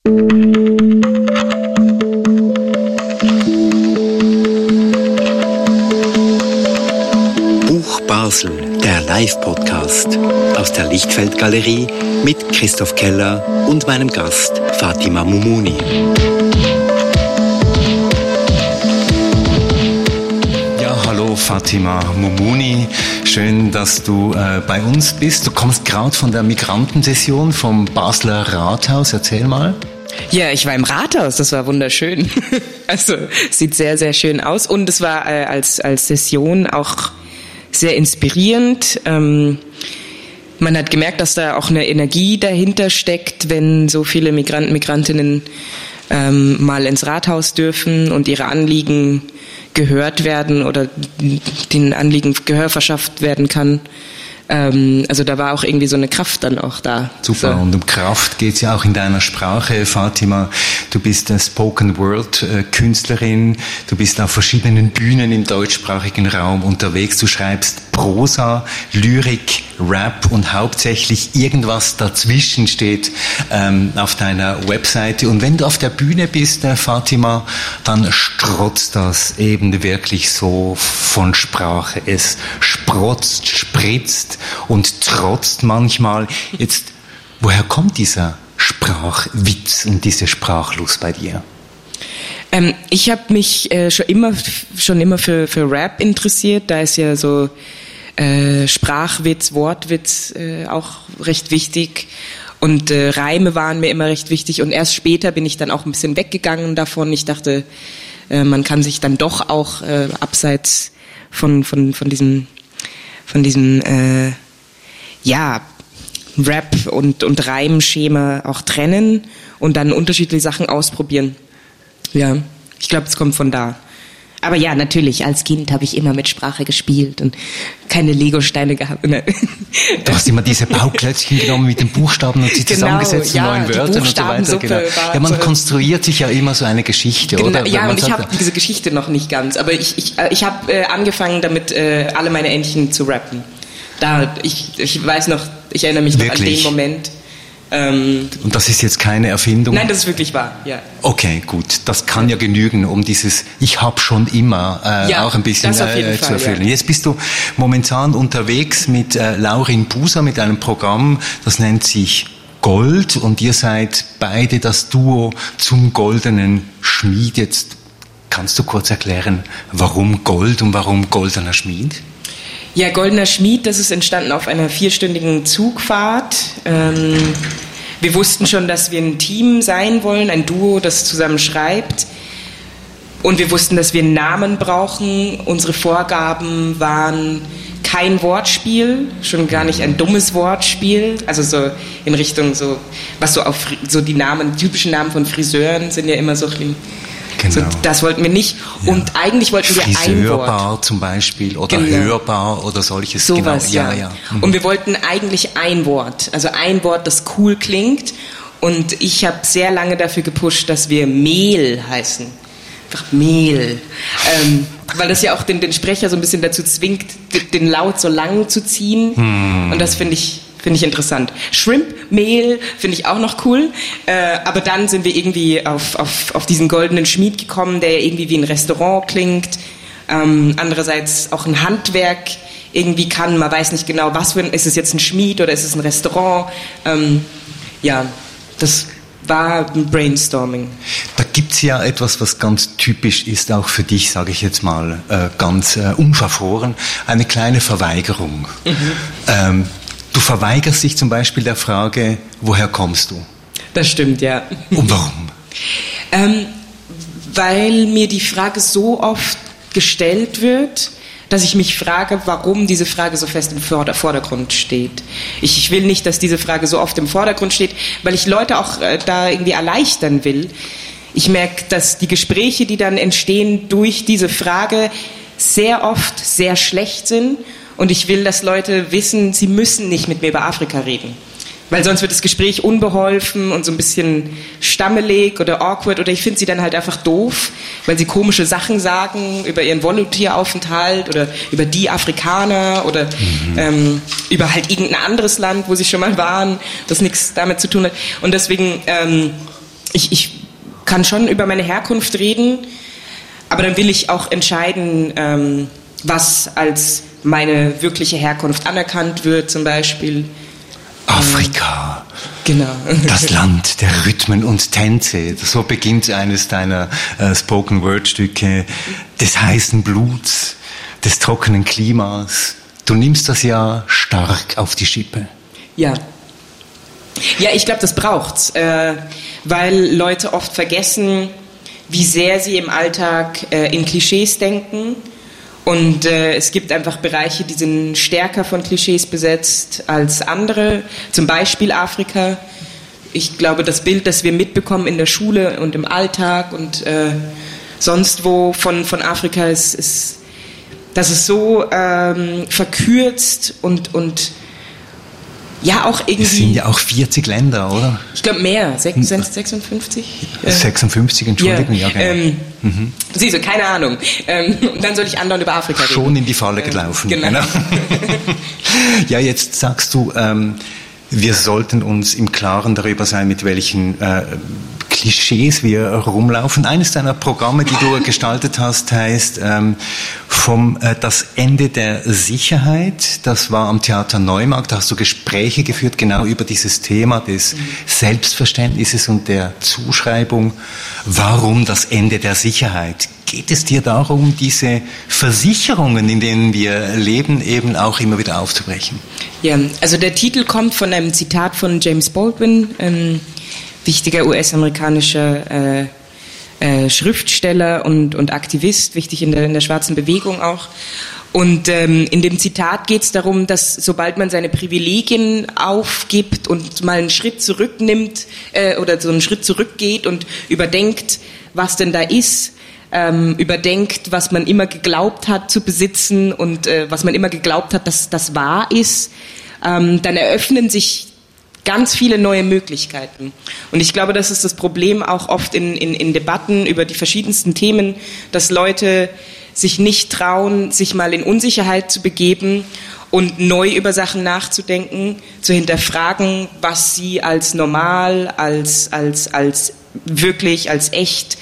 Buch Basel, der Live-Podcast aus der Lichtfeldgalerie mit Christoph Keller und meinem Gast Fatima Moumouni. Ja, hallo Fatima Moumouni, schön, dass du bei uns bist. Du kommst gerade von der Migrantensession vom Basler Rathaus, erzähl mal. Ja, ich war im Rathaus, das war wunderschön. Also, sieht sehr, sehr schön aus und es war als Session auch sehr inspirierend. Man hat gemerkt, dass da auch eine Energie dahinter steckt, wenn so viele Migrantinnen mal ins Rathaus dürfen und ihre Anliegen gehört werden oder den Anliegen Gehör verschafft werden kann. Also da war auch irgendwie so eine Kraft dann auch da. Super, so. Und um Kraft geht's ja auch in deiner Sprache, Fatima. Du bist Spoken Word Künstlerin, du bist auf verschiedenen Bühnen im deutschsprachigen Raum unterwegs, du schreibst Prosa, Lyrik, Rap und hauptsächlich irgendwas dazwischen steht auf deiner Webseite. Und wenn du auf der Bühne bist, Fatima, dann strotzt das eben wirklich so von Sprache. Es sprotzt, spritzt und trotzt manchmal. Jetzt, woher kommt dieser Sprachwitz und diese Sprachlust bei dir? Ich habe mich schon immer für Rap interessiert. Da ist ja so Sprachwitz, Wortwitz auch recht wichtig. Und Reime waren mir immer recht wichtig. Und erst später bin ich dann auch ein bisschen weggegangen davon. Ich dachte, man kann sich dann doch auch abseits von diesem Rap und Reimschema auch trennen und dann unterschiedliche Sachen ausprobieren. Ja, ich glaube, es kommt von da. Aber ja, natürlich, als Kind habe ich immer mit Sprache gespielt und keine Legosteine gehabt. Du hast immer diese Bauklötzchen genommen mit den Buchstaben und sie zusammengesetzt zu neuen Wörtern und so weiter. Genau. Ja, man konstruiert sich ja immer so eine Geschichte, genau, oder? Ja, und ich habe diese Geschichte noch nicht ganz. Aber ich habe angefangen damit, alle meine Entchen zu rappen. Ich weiß noch, ich erinnere mich noch an den Moment. Und das ist jetzt keine Erfindung? Nein, das ist wirklich wahr, ja. Okay, gut. Das kann ja genügen, um dieses Ich hab schon immer auch ein bisschen zu erfüllen. Ja. Jetzt bist du momentan unterwegs mit Laurin Buser, mit einem Programm, das nennt sich Gold, und ihr seid beide das Duo zum Goldenen Schmied. Jetzt kannst du kurz erklären, warum Gold und warum Goldener Schmied? Ja, Goldener Schmied, das ist entstanden auf einer 4-stündigen Zugfahrt. Wir wussten schon, dass wir ein Team sein wollen, ein Duo, das zusammen schreibt. Und wir wussten, dass wir einen Namen brauchen. Unsere Vorgaben waren kein Wortspiel, schon gar nicht ein dummes Wortspiel. Also so in Richtung so, was so auf so die typischen Namen von Friseuren sind ja immer so ein Genau. So, das wollten wir nicht. Ja. Und eigentlich wollten wir ein Wort. Friseurbar zum Beispiel oder genau. Hörbar oder solches. Sowas, genau. Ja. Mhm. Und wir wollten eigentlich ein Wort. Also ein Wort, das cool klingt. Und ich habe sehr lange dafür gepusht, dass wir Mehl heißen. Einfach Mehl. Weil das ja auch den Sprecher so ein bisschen dazu zwingt, den Laut so lang zu ziehen. Und das finde ich interessant. Shrimp, Mehl finde ich auch noch cool. Aber dann sind wir irgendwie auf diesen Goldenen Schmied gekommen, der ja irgendwie wie ein Restaurant klingt. Andererseits auch ein Handwerk irgendwie kann. Man weiß nicht genau, ist es jetzt ein Schmied oder ist es ein Restaurant? Ja, das war ein Brainstorming. Da gibt's ja etwas, was ganz typisch ist, auch für dich, sage ich jetzt mal, ganz unverfroren, eine kleine Verweigerung. Mhm. Du verweigerst dich zum Beispiel der Frage, woher kommst du? Das stimmt, ja. Und warum? Weil mir die Frage so oft gestellt wird, dass ich mich frage, warum diese Frage so fest im Vordergrund steht. Ich will nicht, dass diese Frage so oft im Vordergrund steht, weil ich Leute auch da irgendwie erleichtern will. Ich merke, dass die Gespräche, die dann entstehen durch diese Frage, sehr oft sehr schlecht sind. Und ich will, dass Leute wissen, sie müssen nicht mit mir über Afrika reden. Weil sonst wird das Gespräch unbeholfen und so ein bisschen stammelig oder awkward. Oder ich finde sie dann halt einfach doof, weil sie komische Sachen sagen über ihren Volontieraufenthalt oder über die Afrikaner oder über halt irgendein anderes Land, wo sie schon mal waren, das nichts damit zu tun hat. Und deswegen ich kann schon über meine Herkunft reden, aber dann will ich auch entscheiden, was als meine wirkliche Herkunft anerkannt wird, zum Beispiel. Afrika. Genau. Das Land der Rhythmen und Tänze. So beginnt eines deiner Spoken-Word-Stücke, des heißen Bluts, des trockenen Klimas. Du nimmst das ja stark auf die Schippe. Ja. Ja, ich glaube, das braucht's, weil Leute oft vergessen, wie sehr sie im Alltag in Klischees denken. Und es gibt einfach Bereiche, die sind stärker von Klischees besetzt als andere, zum Beispiel Afrika. Ich glaube, das Bild, das wir mitbekommen in der Schule und im Alltag und sonst wo von Afrika ist, das ist so verkürzt und ja auch irgendwie... Es sind ja auch 40 Länder, oder? Ich glaube mehr, 56? 56, Entschuldigung, ja genau. Siehst du, keine Ahnung. Und dann soll ich andauernd über Afrika reden. Schon in die Falle gelaufen. Genau. Ja, jetzt sagst du, wir sollten uns im Klaren darüber sein, mit welchen Klischees wir rumlaufen. Eines deiner Programme, die du gestaltet hast, heißt das Ende der Sicherheit. Das war am Theater Neumarkt. Da hast du Gespräche geführt, genau über dieses Thema des Selbstverständnisses und der Zuschreibung. Warum das Ende der Sicherheit? Geht es dir darum, diese Versicherungen, in denen wir leben, eben auch immer wieder aufzubrechen? Ja, also der Titel kommt von einem Zitat von James Baldwin, wichtiger US-amerikanischer Schriftsteller und Aktivist, wichtig in der schwarzen Bewegung auch. Und in dem Zitat geht es darum, dass sobald man seine Privilegien aufgibt und mal einen Schritt zurücknimmt oder so einen Schritt zurückgeht und überdenkt, was denn da ist, überdenkt, was man immer geglaubt hat zu besitzen und was man immer geglaubt hat, dass das wahr ist, dann eröffnen sich ganz viele neue Möglichkeiten. Und ich glaube, das ist das Problem auch oft in Debatten über die verschiedensten Themen, dass Leute sich nicht trauen, sich mal in Unsicherheit zu begeben und neu über Sachen nachzudenken, zu hinterfragen, was sie als normal, als wirklich, als echt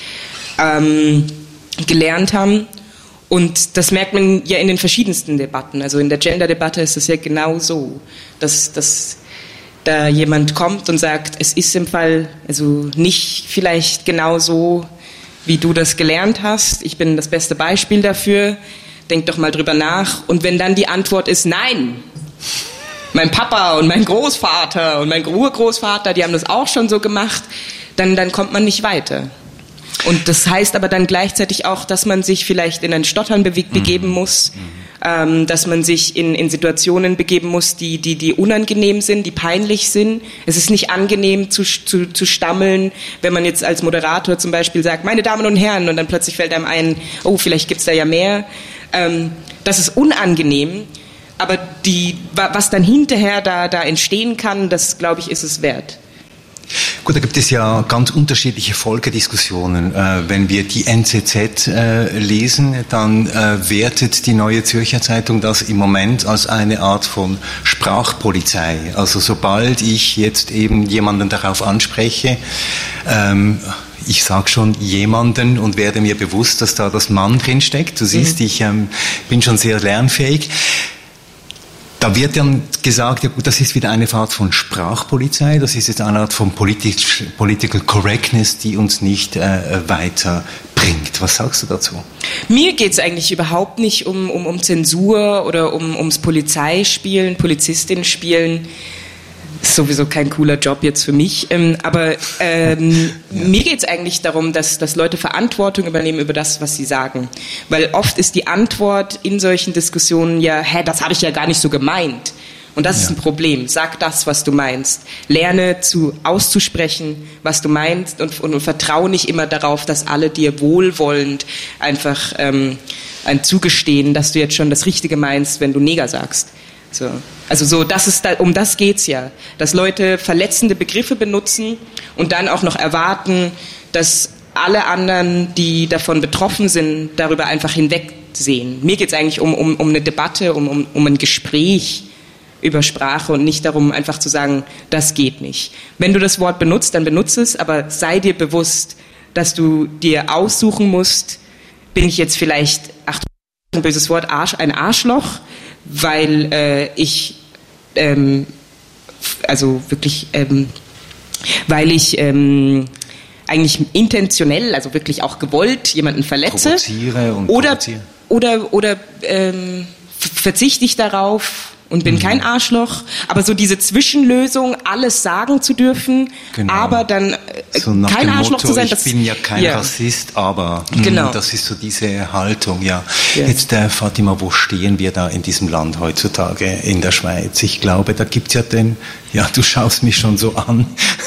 gelernt haben. Und das merkt man ja in den verschiedensten Debatten. Also in der Gender-Debatte ist es ja genau so, dass da jemand kommt und sagt, es ist im Fall also nicht vielleicht genau so, wie du das gelernt hast. Ich bin das beste Beispiel dafür. Denk doch mal drüber nach. Und wenn dann die Antwort ist, nein, mein Papa und mein Großvater und mein Urgroßvater, die haben das auch schon so gemacht, dann kommt man nicht weiter. Und das heißt aber dann gleichzeitig auch, dass man sich vielleicht in ein Stottern begeben muss, dass man sich in Situationen begeben muss, die unangenehm sind, die peinlich sind. Es ist nicht angenehm zu stammeln, wenn man jetzt als Moderator zum Beispiel sagt, meine Damen und Herren, und dann plötzlich fällt einem ein, oh, vielleicht gibt's da ja mehr. Das ist unangenehm, aber was dann hinterher da entstehen kann, das, glaube ich, ist es wert. Gut, da gibt es ja ganz unterschiedliche Folgediskussionen. Wenn wir die NZZ lesen, dann wertet die Neue Zürcher Zeitung das im Moment als eine Art von Sprachpolizei. Also sobald ich jetzt eben jemanden darauf anspreche, ich sage schon jemanden und werde mir bewusst, dass da das Mann drin steckt. Du siehst, ich bin schon sehr lernfähig. Da wird dann gesagt, ja gut, das ist wieder eine Art von Sprachpolizei, das ist jetzt eine Art von Political Correctness, die uns nicht weiterbringt. Was sagst du dazu? Mir geht es eigentlich überhaupt nicht um Zensur oder ums Polizeispielen, Polizistin spielen. Ist sowieso kein cooler Job jetzt für mich, aber mir geht es eigentlich darum, dass Leute Verantwortung übernehmen über das, was sie sagen. Weil oft ist die Antwort in solchen Diskussionen ja, das habe ich ja gar nicht so gemeint. Und das ist ein Problem. Sag das, was du meinst. Lerne auszusprechen, was du meinst und vertraue nicht immer darauf, dass alle dir wohlwollend einfach zugestehen, dass du jetzt schon das Richtige meinst, wenn du Neger sagst. So. Also so, um das geht's ja, dass Leute verletzende Begriffe benutzen und dann auch noch erwarten, dass alle anderen, die davon betroffen sind, darüber einfach hinwegsehen. Mir geht's eigentlich um eine Debatte, um ein Gespräch über Sprache und nicht darum, einfach zu sagen, das geht nicht. Wenn du das Wort benutzt, dann benutze es, aber sei dir bewusst, dass du dir aussuchen musst, bin ich jetzt vielleicht, Achtung, ein böses Wort, ein Arschloch, weil ich eigentlich intentionell, also wirklich auch gewollt, jemanden verletze. Oder verzichte ich darauf und bin kein Arschloch. Aber so diese Zwischenlösung, alles sagen zu dürfen, aber dann so nach kein dem Arschloch Motto, zu sein. Ich bin ja kein Rassist, aber das ist so diese Haltung, ja. Jetzt, Fatima, wo stehen wir da in diesem Land heutzutage, in der Schweiz? Ich glaube, da gibt's ja du schaust mich schon so an.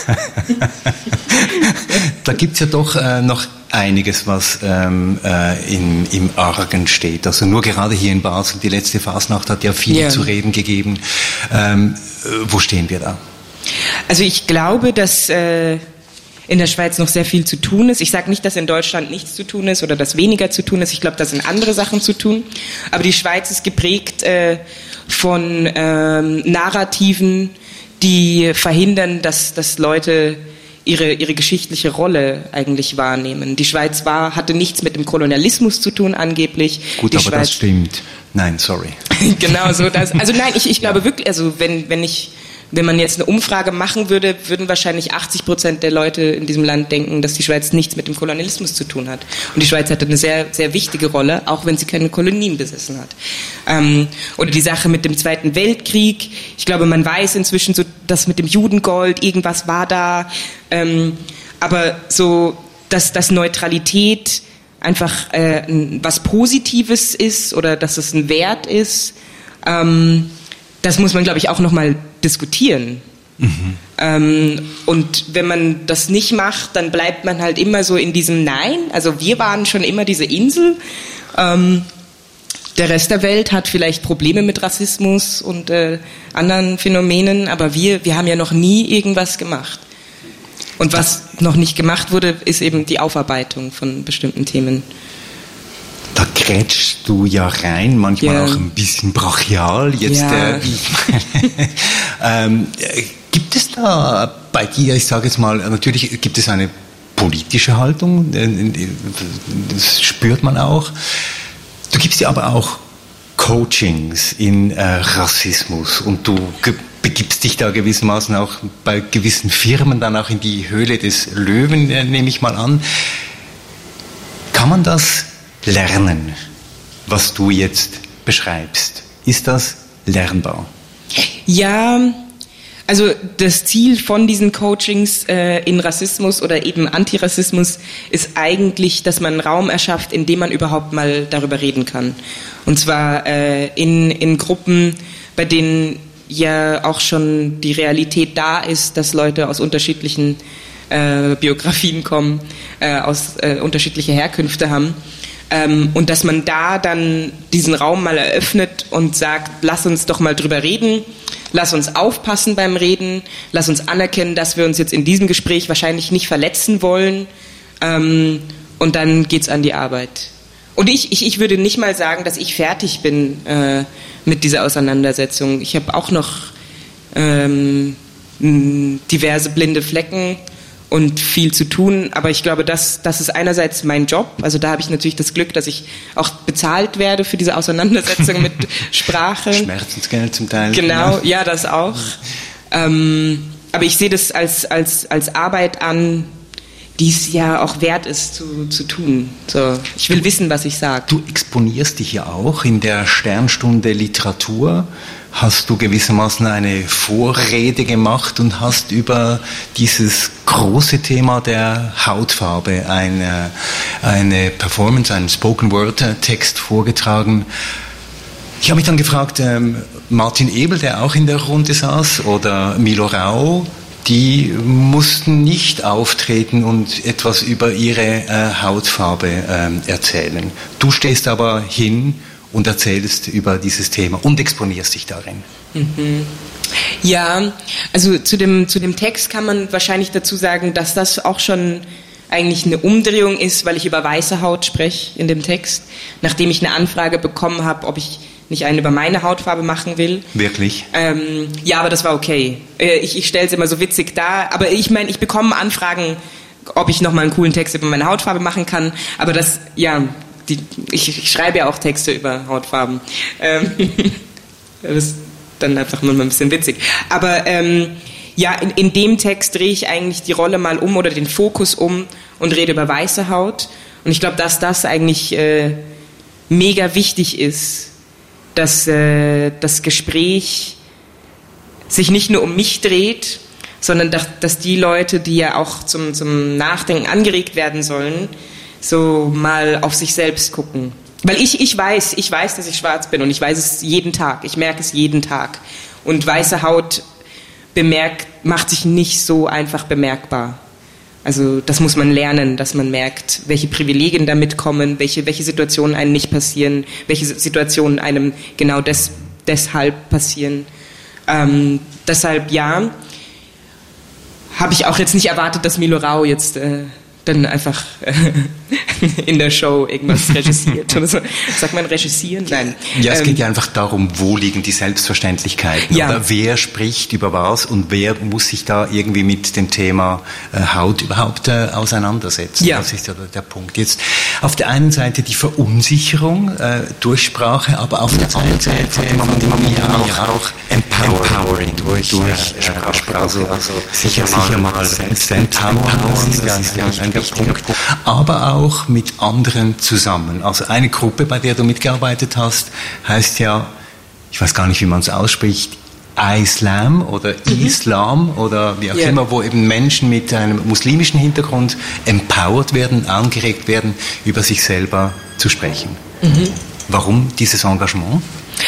Da gibt's ja doch noch einiges, was im Argen steht. Also nur gerade hier in Basel, die letzte Fasnacht hat ja viel zu reden gegeben. Wo stehen wir da? Also ich glaube, dass in der Schweiz noch sehr viel zu tun ist. Ich sage nicht, dass in Deutschland nichts zu tun ist oder dass weniger zu tun ist. Ich glaube, da sind andere Sachen zu tun. Aber die Schweiz ist geprägt von Narrativen, die verhindern, dass Leute ihre geschichtliche Rolle eigentlich wahrnehmen. Die Schweiz hatte nichts mit dem Kolonialismus zu tun, angeblich. Gut, aber das stimmt. Nein, sorry. Genau so. Also nein, ich glaube wirklich, also wenn man jetzt eine Umfrage machen würde, würden wahrscheinlich 80% der Leute in diesem Land denken, dass die Schweiz nichts mit dem Kolonialismus zu tun hat. Und die Schweiz hatte eine sehr, sehr wichtige Rolle, auch wenn sie keine Kolonien besessen hat. Oder die Sache mit dem Zweiten Weltkrieg. Ich glaube, man weiß inzwischen so, dass mit dem Judengold, irgendwas war da. Aber so, dass Neutralität einfach was Positives ist oder dass es ein Wert ist, das muss man, glaube ich, auch nochmal diskutieren. Und wenn man das nicht macht, dann bleibt man halt immer so in diesem Nein. Also wir waren schon immer diese Insel. Der Rest der Welt hat vielleicht Probleme mit Rassismus und anderen Phänomenen, aber wir haben ja noch nie irgendwas gemacht. Und was noch nicht gemacht wurde, ist eben die Aufarbeitung von bestimmten Themen. Da grätschst du ja rein, manchmal auch ein bisschen brachial. Jetzt, gibt es da bei dir, ich sage jetzt mal, natürlich gibt es eine politische Haltung, das spürt man auch. Du gibst ja aber auch Coachings in Rassismus und du begibst dich da gewissermaßen auch bei gewissen Firmen dann auch in die Höhle des Löwen, nehme ich mal an. Kann man das lernen, was du jetzt beschreibst? Ist das lernbar? Ja, also das Ziel von diesen Coachings in Rassismus oder eben Antirassismus ist eigentlich, dass man einen Raum erschafft, in dem man überhaupt mal darüber reden kann. Und zwar in Gruppen, bei denen ja auch schon die Realität da ist, dass Leute aus unterschiedlichen Biografien kommen, aus unterschiedliche Herkünfte haben. Und dass man da dann diesen Raum mal eröffnet und sagt, lass uns doch mal drüber reden, lass uns aufpassen beim Reden, lass uns anerkennen, dass wir uns jetzt in diesem Gespräch wahrscheinlich nicht verletzen wollen, und dann geht's an die Arbeit. Und ich würde nicht mal sagen, dass ich fertig bin mit dieser Auseinandersetzung. Ich habe auch noch diverse blinde Flecken und viel zu tun, aber ich glaube, das ist einerseits mein Job, also da habe ich natürlich das Glück, dass ich auch bezahlt werde für diese Auseinandersetzung mit Sprache. Schmerzensgeld zum Teil. Genau, ja, das auch. Aber ich sehe das als Arbeit an, die es ja auch wert ist zu tun. So, ich will wissen, was ich sage. Du exponierst dich ja auch in der Sternstunde Literatur. Hast du gewissermaßen eine Vorrede gemacht und hast über dieses große Thema der Hautfarbe eine Performance, einen Spoken-Word-Text vorgetragen. Ich habe mich dann gefragt, Martin Ebel, der auch in der Runde saß, oder Milo Rau, die mussten nicht auftreten und etwas über ihre Hautfarbe erzählen. Du stehst aber hin und erzählst über dieses Thema und exponierst dich darin. Mhm. Ja, also zu dem Text kann man wahrscheinlich dazu sagen, dass das auch schon eigentlich eine Umdrehung ist, weil ich über weiße Haut spreche in dem Text, nachdem ich eine Anfrage bekommen habe, ob ich nicht einen über meine Hautfarbe machen will. Wirklich? Ja, aber das war okay. Ich stelle es immer so witzig dar, aber ich meine, ich bekomme Anfragen, ob ich nochmal einen coolen Text über meine Hautfarbe machen kann, aber das, ja, ich schreibe ja auch Texte über Hautfarben. Das ist dann einfach mal ein bisschen witzig. Aber ja, in dem Text drehe ich eigentlich die Rolle mal um oder den Fokus um und rede über weiße Haut. Und ich glaube, dass das eigentlich mega wichtig ist, dass das Gespräch sich nicht nur um mich dreht, sondern dass die Leute, die ja auch zum Nachdenken angeregt werden sollen, so mal auf sich selbst gucken. Weil ich weiß, dass ich schwarz bin und ich weiß es jeden Tag. Ich merke es jeden Tag. Und weiße Haut macht sich nicht so einfach bemerkbar. Also das muss man lernen, dass man merkt, welche Privilegien damit kommen, welche Situationen einem nicht passieren, welche Situationen einem genau deshalb passieren. Deshalb ja, habe ich auch jetzt nicht erwartet, dass Milo Rau jetzt dann einfach in der Show irgendwas regissiert oder so. Sagt man regissieren? Nein. Ja, es geht ja einfach darum, wo liegen die Selbstverständlichkeiten, ja. Oder wer spricht über was und wer muss sich da irgendwie mit dem Thema Haut überhaupt auseinandersetzen. Ja. Das ist ja der Punkt. Jetzt auf der einen Seite die Verunsicherung durch Sprache, aber auf der anderen Seite auch empowering durch Sprache. Also sicher mal Selbstempowern ist ja ein Punkt, aber auch mit anderen zusammen. Also eine Gruppe, bei der du mitgearbeitet hast, heißt ja, ich weiß gar nicht, wie man es ausspricht, Islam oder Islam oder wie auch immer, wo eben Menschen mit einem muslimischen Hintergrund empowered werden, angeregt werden, über sich selber zu sprechen. Warum dieses Engagement?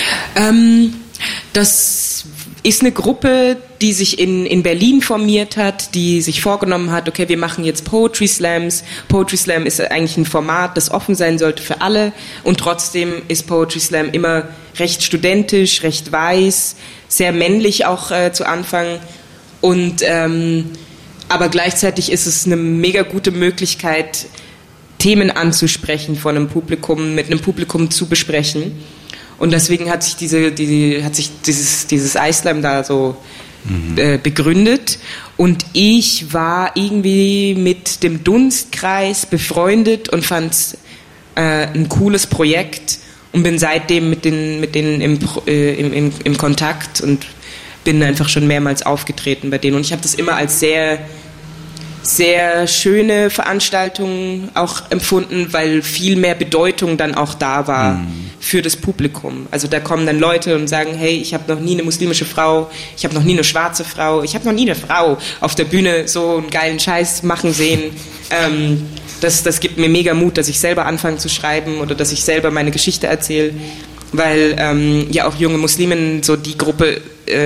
Das ist eine Gruppe, die sich in Berlin formiert hat, die sich vorgenommen hat, okay, wir machen jetzt Poetry Slams. Poetry Slam ist eigentlich ein Format, das offen sein sollte für alle und trotzdem ist Poetry Slam immer recht studentisch, recht weiß, sehr männlich auch zu Anfang und aber gleichzeitig ist es eine mega gute Möglichkeit, Themen anzusprechen von einem Publikum, mit einem Publikum zu besprechen. Und deswegen hat sich dieses Islam da so begründet. Und ich war irgendwie mit dem Dunstkreis befreundet und fand es ein cooles Projekt und bin seitdem mit denen im Kontakt und bin einfach schon mehrmals aufgetreten bei denen. Und ich habe das immer als sehr, sehr schöne Veranstaltung auch empfunden, weil viel mehr Bedeutung dann auch da war für das Publikum. Also da kommen dann Leute und sagen, hey, ich habe noch nie eine muslimische Frau, ich habe noch nie eine schwarze Frau, ich habe noch nie eine Frau auf der Bühne so einen geilen Scheiß machen sehen. Das gibt mir mega Mut, dass ich selber anfange zu schreiben oder dass ich selber meine Geschichte erzähle, weil ja auch junge Muslimen so die Gruppe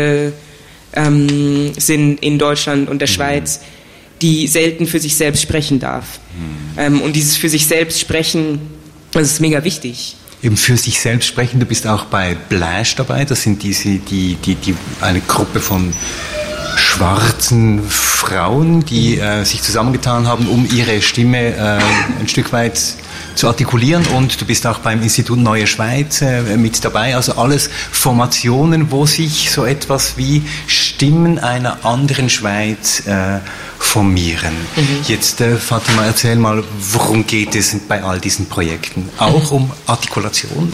sind in Deutschland und der Schweiz, die selten für sich selbst sprechen darf. Und dieses für sich selbst sprechen, das ist mega wichtig. Eben für sich selbst sprechen, du bist auch bei Blash dabei, das sind eine Gruppe von schwarzen Frauen, die sich zusammengetan haben, um ihre Stimme ein Stück weit zu artikulieren, und du bist auch beim Institut Neue Schweiz mit dabei, also alles Formationen, wo sich so etwas wie Stimmen einer anderen Schweiz formieren. Jetzt, Fatima, erzähl mal, worum geht es bei all diesen Projekten? Auch um Artikulation?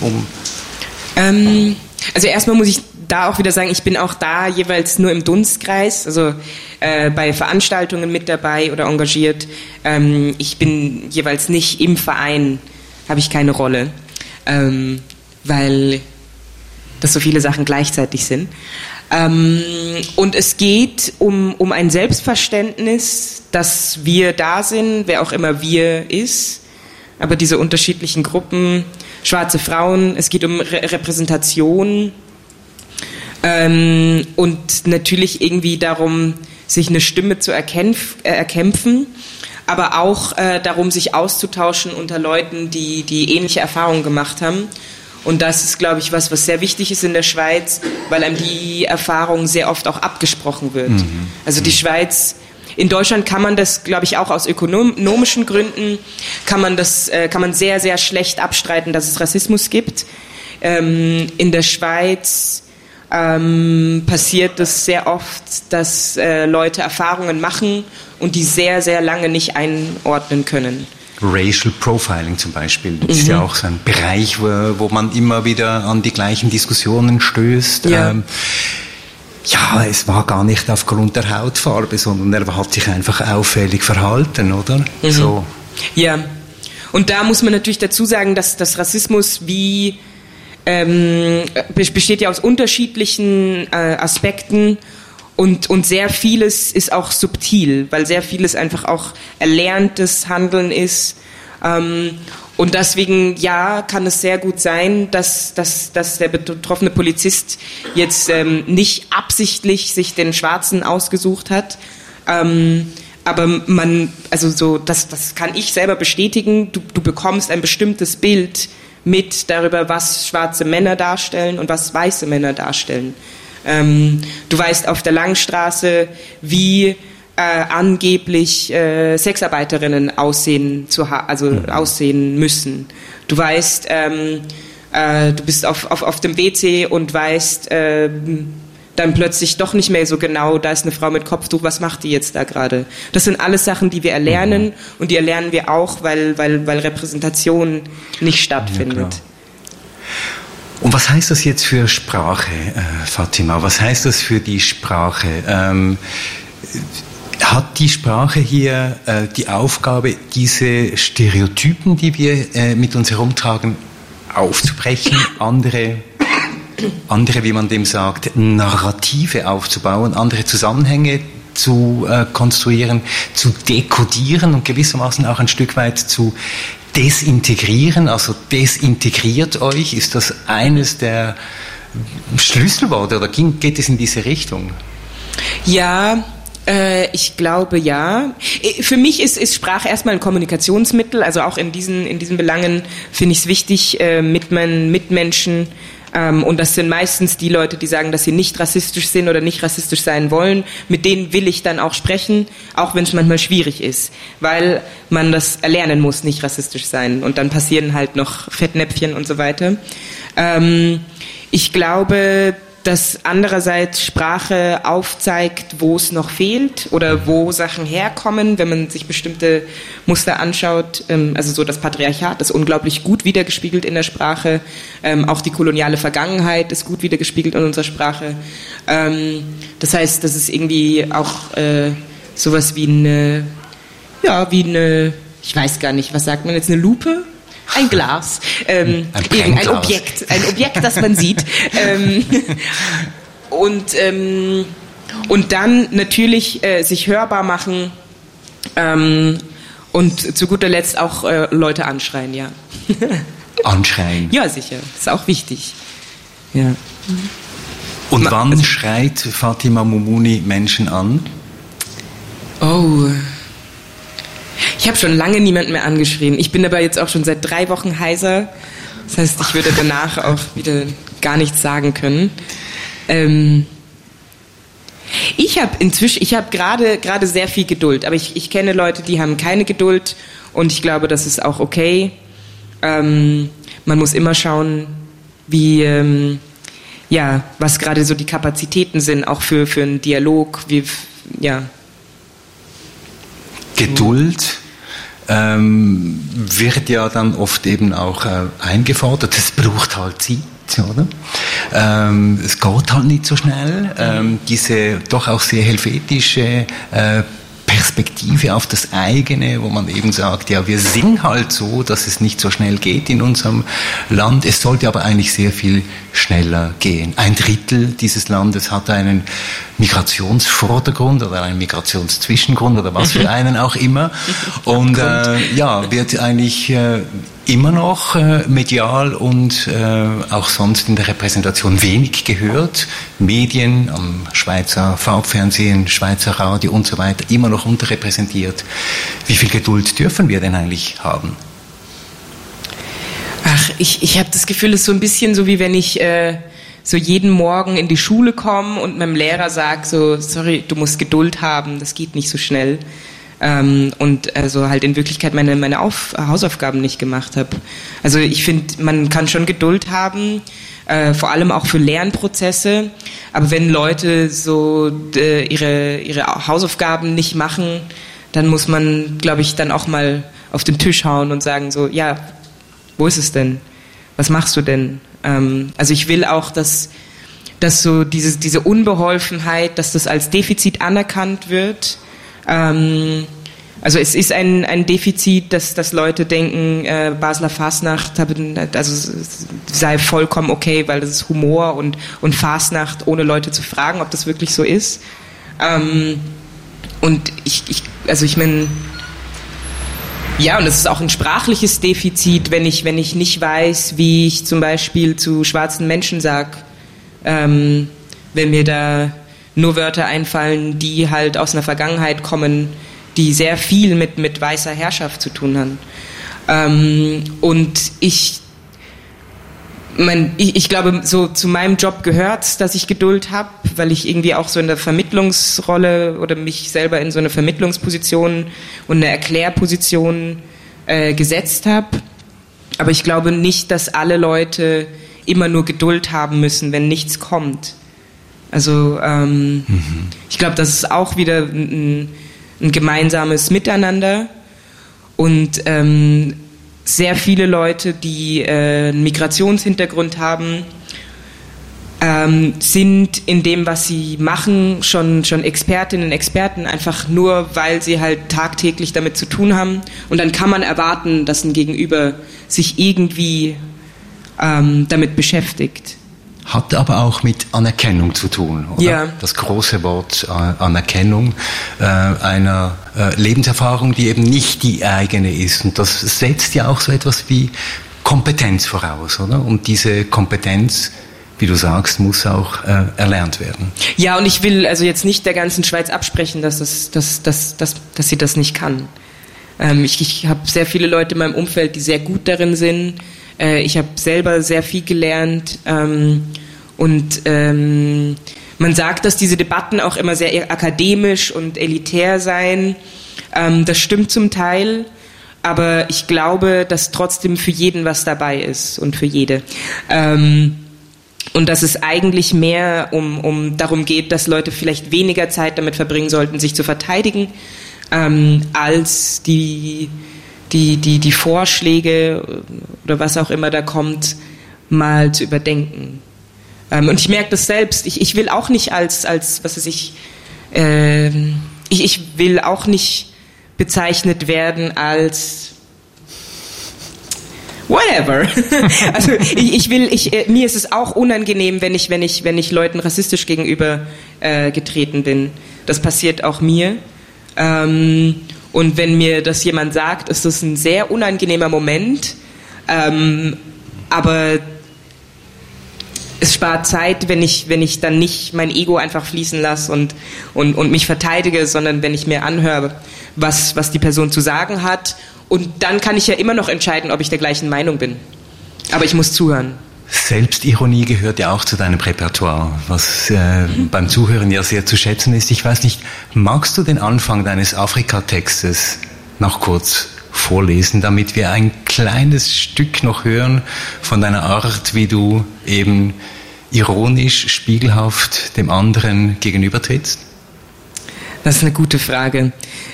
Also erstmal muss ich da auch wieder sagen, ich bin auch da jeweils nur im Dunstkreis, also bei Veranstaltungen mit dabei oder engagiert. Ich bin jeweils nicht im Verein, habe ich keine Rolle, weil das so viele Sachen gleichzeitig sind. Und es geht um ein Selbstverständnis, dass wir da sind, wer auch immer wir ist, aber diese unterschiedlichen Gruppen, schwarze Frauen, es geht um Repräsentation und natürlich irgendwie darum, sich eine Stimme zu erkämpfen, aber auch darum, sich auszutauschen unter Leuten, die ähnliche Erfahrungen gemacht haben. Und das ist, glaube ich, was sehr wichtig ist in der Schweiz, weil einem die Erfahrung sehr oft auch abgesprochen wird. Also die Schweiz, in Deutschland kann man das, glaube ich, auch aus ökonomischen Gründen, kann man sehr, sehr schlecht abstreiten, dass es Rassismus gibt. In der Schweiz passiert es sehr oft, dass Leute Erfahrungen machen und die sehr, sehr lange nicht einordnen können. Racial Profiling zum Beispiel ist ja auch so ein Bereich, wo man immer wieder an die gleichen Diskussionen stößt. Ja. Ja, es war gar nicht aufgrund der Hautfarbe, sondern er hat sich einfach auffällig verhalten, oder? So. Ja, und da muss man natürlich dazu sagen, dass das Rassismus besteht ja aus unterschiedlichen Aspekten und sehr vieles ist auch subtil, weil sehr vieles einfach auch erlerntes Handeln ist. Und deswegen, ja, kann es sehr gut sein, dass der betroffene Polizist jetzt nicht absichtlich sich den Schwarzen ausgesucht hat. Aber das kann ich selber bestätigen. Du bekommst ein bestimmtes Bild mit darüber, was schwarze Männer darstellen und was weiße Männer darstellen. Du weißt auf der Langstraße, wie angeblich Sexarbeiterinnen aussehen müssen. Du weißt, du bist auf dem WC und weißt dann plötzlich doch nicht mehr so genau, da ist eine Frau mit Kopftuch, was macht die jetzt da gerade? Das sind alles Sachen, die wir erlernen und die erlernen wir auch, weil Repräsentation nicht stattfindet. Ja, und was heißt das jetzt für Sprache, Fatima? Was heißt das für die Sprache? Hat die Sprache hier die Aufgabe, diese Stereotypen, die wir mit uns herumtragen, aufzubrechen, andere, wie man dem sagt, Narrative aufzubauen, andere Zusammenhänge zu konstruieren, zu dekodieren und gewissermaßen auch ein Stück weit zu desintegrieren? Also desintegriert euch, ist das eines der Schlüsselworte oder geht es in diese Richtung? Ja, ich glaube ja. Für mich ist Sprache erstmal ein Kommunikationsmittel, also auch in diesen Belangen finde ich es wichtig, mit meinen Mitmenschen, und das sind meistens die Leute, die sagen, dass sie nicht rassistisch sind oder nicht rassistisch sein wollen, mit denen will ich dann auch sprechen, auch wenn es manchmal schwierig ist, weil man das erlernen muss, nicht rassistisch sein, und dann passieren halt noch Fettnäpfchen und so weiter. Ich glaube, dass andererseits Sprache aufzeigt, wo es noch fehlt oder wo Sachen herkommen, wenn man sich bestimmte Muster anschaut. Also so das Patriarchat ist unglaublich gut wiedergespiegelt in der Sprache. Auch die koloniale Vergangenheit ist gut wiedergespiegelt in unserer Sprache. Das heißt, das ist irgendwie auch sowas wie eine, ich weiß gar nicht, was sagt man jetzt, eine Lupe? Ein Glas, ein Objekt, das man sieht. Und dann natürlich sich hörbar machen und zu guter Letzt auch Leute anschreien, ja. Anschreien? Ja, sicher, das ist auch wichtig. Ja. Und wann schreit Fatima Mumuni Menschen an? Oh... Ich habe schon lange niemanden mehr angeschrien. Ich bin aber jetzt auch schon seit 3 Wochen heiser. Das heißt, ich würde danach auch wieder gar nichts sagen können. Ich habe gerade sehr viel Geduld. Aber ich kenne Leute, die haben keine Geduld. Und ich glaube, das ist auch okay. Man muss immer schauen, wie, was gerade so die Kapazitäten sind, auch für einen Dialog. Geduld wird ja dann oft eben auch eingefordert. Es braucht halt Zeit, oder? Es geht halt nicht so schnell. Diese doch auch sehr helvetische Perspektive auf das eigene, wo man eben sagt, ja, wir sind halt so, dass es nicht so schnell geht in unserem Land. Es sollte aber eigentlich sehr viel schneller gehen. 1/3 dieses Landes hat einen Migrationsvordergrund oder einen Migrationszwischengrund oder was für einen auch immer. Und wird eigentlich immer noch medial und auch sonst in der Repräsentation wenig gehört. Medien, am Schweizer Farbfernsehen, Schweizer Radio und so weiter, immer noch unterrepräsentiert. Wie viel Geduld dürfen wir denn eigentlich haben? Ach, ich habe das Gefühl, es ist so ein bisschen so, wie wenn ich so jeden Morgen in die Schule komme und meinem Lehrer sage, so, sorry, du musst Geduld haben, das geht nicht so schnell. und also halt in Wirklichkeit meine Hausaufgaben nicht gemacht habe. Also ich finde, man kann schon Geduld haben, vor allem auch für Lernprozesse, aber wenn Leute so ihre Hausaufgaben nicht machen, dann muss man, glaube ich, dann auch mal auf den Tisch hauen und sagen so, ja, wo ist es denn? Was machst du denn? Also ich will auch, dass so diese Unbeholfenheit, dass das als Defizit anerkannt wird. Also es ist ein Defizit, dass Leute denken, Basler Fasnacht sei vollkommen okay, weil das ist Humor und Fasnacht, ohne Leute zu fragen, ob das wirklich so ist. Und ich meine, ja, und es ist auch ein sprachliches Defizit, wenn ich nicht weiß, wie ich zum Beispiel zu schwarzen Menschen sag, wenn mir da nur Wörter einfallen, die halt aus einer Vergangenheit kommen, die sehr viel mit weißer Herrschaft zu tun haben. Und ich glaube, so zu meinem Job gehört, dass ich Geduld habe, weil ich irgendwie auch so in der Vermittlungsrolle oder mich selber in so eine Vermittlungsposition und eine Erklärposition gesetzt habe. Aber ich glaube nicht, dass alle Leute immer nur Geduld haben müssen, wenn nichts kommt. Also ich glaube, das ist auch wieder ein gemeinsames Miteinander und sehr viele Leute, die einen Migrationshintergrund haben, sind in dem, was sie machen, schon Expertinnen, Experten, einfach nur, weil sie halt tagtäglich damit zu tun haben. Und dann kann man erwarten, dass ein Gegenüber sich irgendwie damit beschäftigt. Hat aber auch mit Anerkennung zu tun, oder? Ja. Das große Wort Anerkennung einer Lebenserfahrung, die eben nicht die eigene ist. Und das setzt ja auch so etwas wie Kompetenz voraus, oder? Und diese Kompetenz, wie du sagst, muss auch erlernt werden. Ja, und ich will also jetzt nicht der ganzen Schweiz absprechen, dass sie das nicht kann. Ich habe sehr viele Leute in meinem Umfeld, die sehr gut darin sind. Ich habe selber sehr viel gelernt und man sagt, dass diese Debatten auch immer sehr akademisch und elitär seien. Das stimmt zum Teil, aber ich glaube, dass trotzdem für jeden was dabei ist und für jede. Und dass es eigentlich mehr darum geht, dass Leute vielleicht weniger Zeit damit verbringen sollten, sich zu verteidigen, als die Vorschläge oder was auch immer da kommt, mal zu überdenken. Und ich merke das selbst. Ich will auch nicht als was weiß ich will auch nicht bezeichnet werden als whatever. Also mir ist es auch unangenehm, wenn ich Leuten rassistisch gegenüber getreten bin. Das passiert auch mir. Und wenn mir das jemand sagt, ist das ein sehr unangenehmer Moment. Aber es spart Zeit, wenn ich dann nicht mein Ego einfach fließen lasse und mich verteidige, sondern wenn ich mir anhöre, was die Person zu sagen hat. Und dann kann ich ja immer noch entscheiden, ob ich der gleichen Meinung bin. Aber ich muss zuhören. Selbstironie gehört ja auch zu deinem Repertoire, was beim Zuhören ja sehr zu schätzen ist. Ich weiß nicht, magst du den Anfang deines Afrika-Textes noch kurz vorlesen, damit wir ein kleines Stück noch hören von deiner Art, wie du eben ironisch, spiegelhaft dem anderen gegenübertrittst? Das ist eine gute Frage.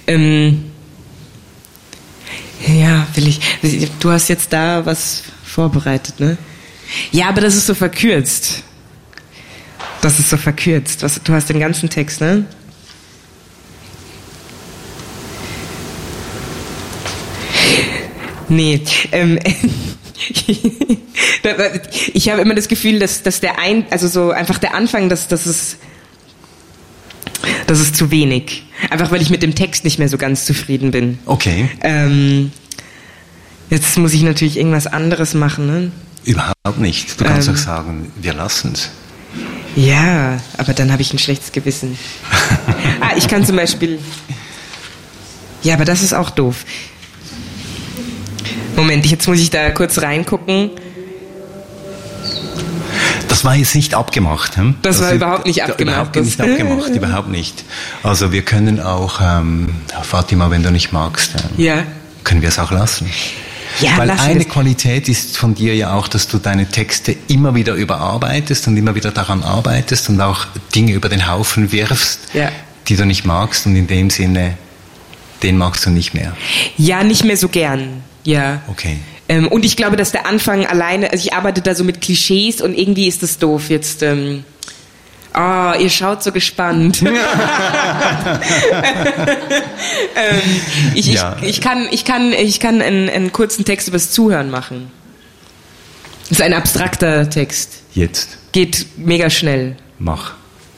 Ja, du hast jetzt da was vorbereitet, ne? Ja, aber das ist so verkürzt. Du hast den ganzen Text, ne? Nee, ich habe immer das Gefühl, dass der Anfang, das ist zu wenig. Einfach weil ich mit dem Text nicht mehr so ganz zufrieden bin. Okay. Jetzt muss ich natürlich irgendwas anderes machen, ne? Überhaupt nicht. Du kannst doch sagen, wir lassen's. Ja, aber dann habe ich ein schlechtes Gewissen. Ich kann zum Beispiel... Ja, aber das ist auch doof. Moment, jetzt muss ich da kurz reingucken. Das war jetzt nicht abgemacht. Hm? Das war überhaupt nicht abgemacht. Überhaupt nicht. Also wir können auch, Fatima, wenn du nicht magst, können wir es auch lassen. Ja, weil eine Qualität ist von dir ja auch, dass du deine Texte immer wieder überarbeitest und immer wieder daran arbeitest und auch Dinge über den Haufen wirfst, die du nicht magst, und in dem Sinne, den magst du nicht mehr. Ja, nicht mehr so gern. Ja. Okay. Und ich glaube, dass der Anfang alleine, also ich arbeite da so mit Klischees und irgendwie ist das doof jetzt. Ihr schaut so gespannt. Ich kann einen kurzen Text übers Zuhören machen. Das ist ein abstrakter Text. Jetzt. Geht mega schnell. Mach.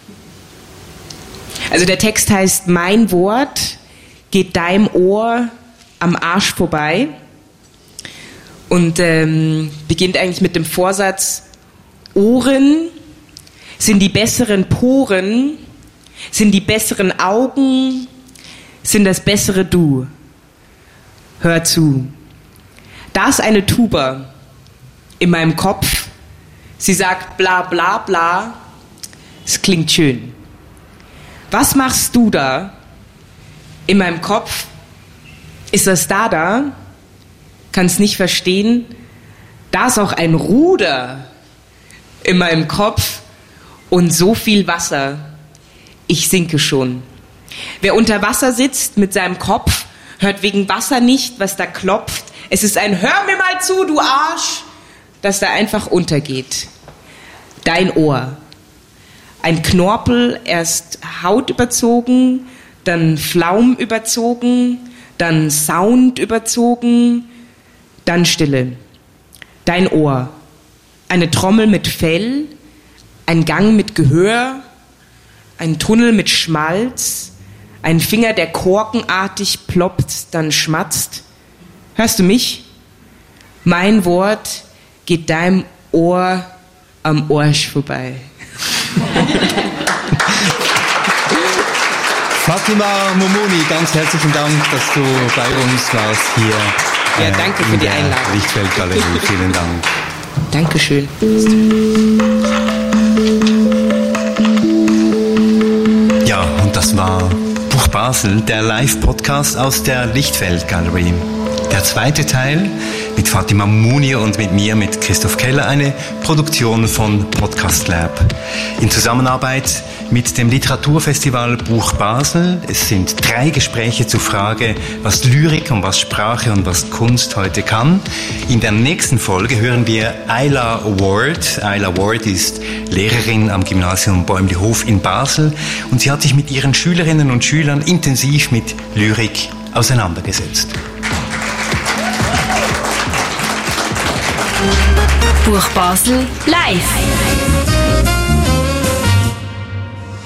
Also der Text heißt: Mein Wort geht deinem Ohr am Arsch vorbei. Und beginnt eigentlich mit dem Vorsatz: Ohren sind die besseren Poren, sind die besseren Augen, sind das bessere Du. Hör zu. Da ist eine Tuba in meinem Kopf. Sie sagt bla bla bla. Es klingt schön. Was machst du da? In meinem Kopf. Ist das da? Kann's nicht verstehen. Da ist auch ein Ruder in meinem Kopf und so viel Wasser. Ich sinke schon. Wer unter Wasser sitzt mit seinem Kopf, hört wegen Wasser nicht, was da klopft. Es ist ein Hör mir mal zu, du Arsch, das da einfach untergeht. Dein Ohr. Ein Knorpel, erst Haut überzogen, dann Flaum überzogen, dann Sound überzogen, dann Stille. Dein Ohr. Eine Trommel mit Fell, ein Gang mit Gehör, ein Tunnel mit Schmalz, ein Finger, der korkenartig ploppt, dann schmatzt. Hörst du mich? Mein Wort geht deinem Ohr am Arsch vorbei. Fatima Momoni, ganz herzlichen Dank, dass du bei uns warst hier. Ja, danke für die Einladung. Lichtfeldgalerie, vielen Dank. Dankeschön. Ja, und das war Buch Basel, der Live-Podcast aus der Lichtfeldgalerie. Der zweite Teil mit Fatima Momoni und mit mir, mit Christoph Keller, eine Produktion von Podcast Lab. In Zusammenarbeit mit dem Literaturfestival Buch Basel. Es sind 3 Gespräche zur Frage, was Lyrik und was Sprache und was Kunst heute kann. In der nächsten Folge hören wir Ayla Ward. Ayla Ward ist Lehrerin am Gymnasium Bäumlihof in Basel und sie hat sich mit ihren Schülerinnen und Schülern intensiv mit Lyrik auseinandergesetzt. Buch Basel live.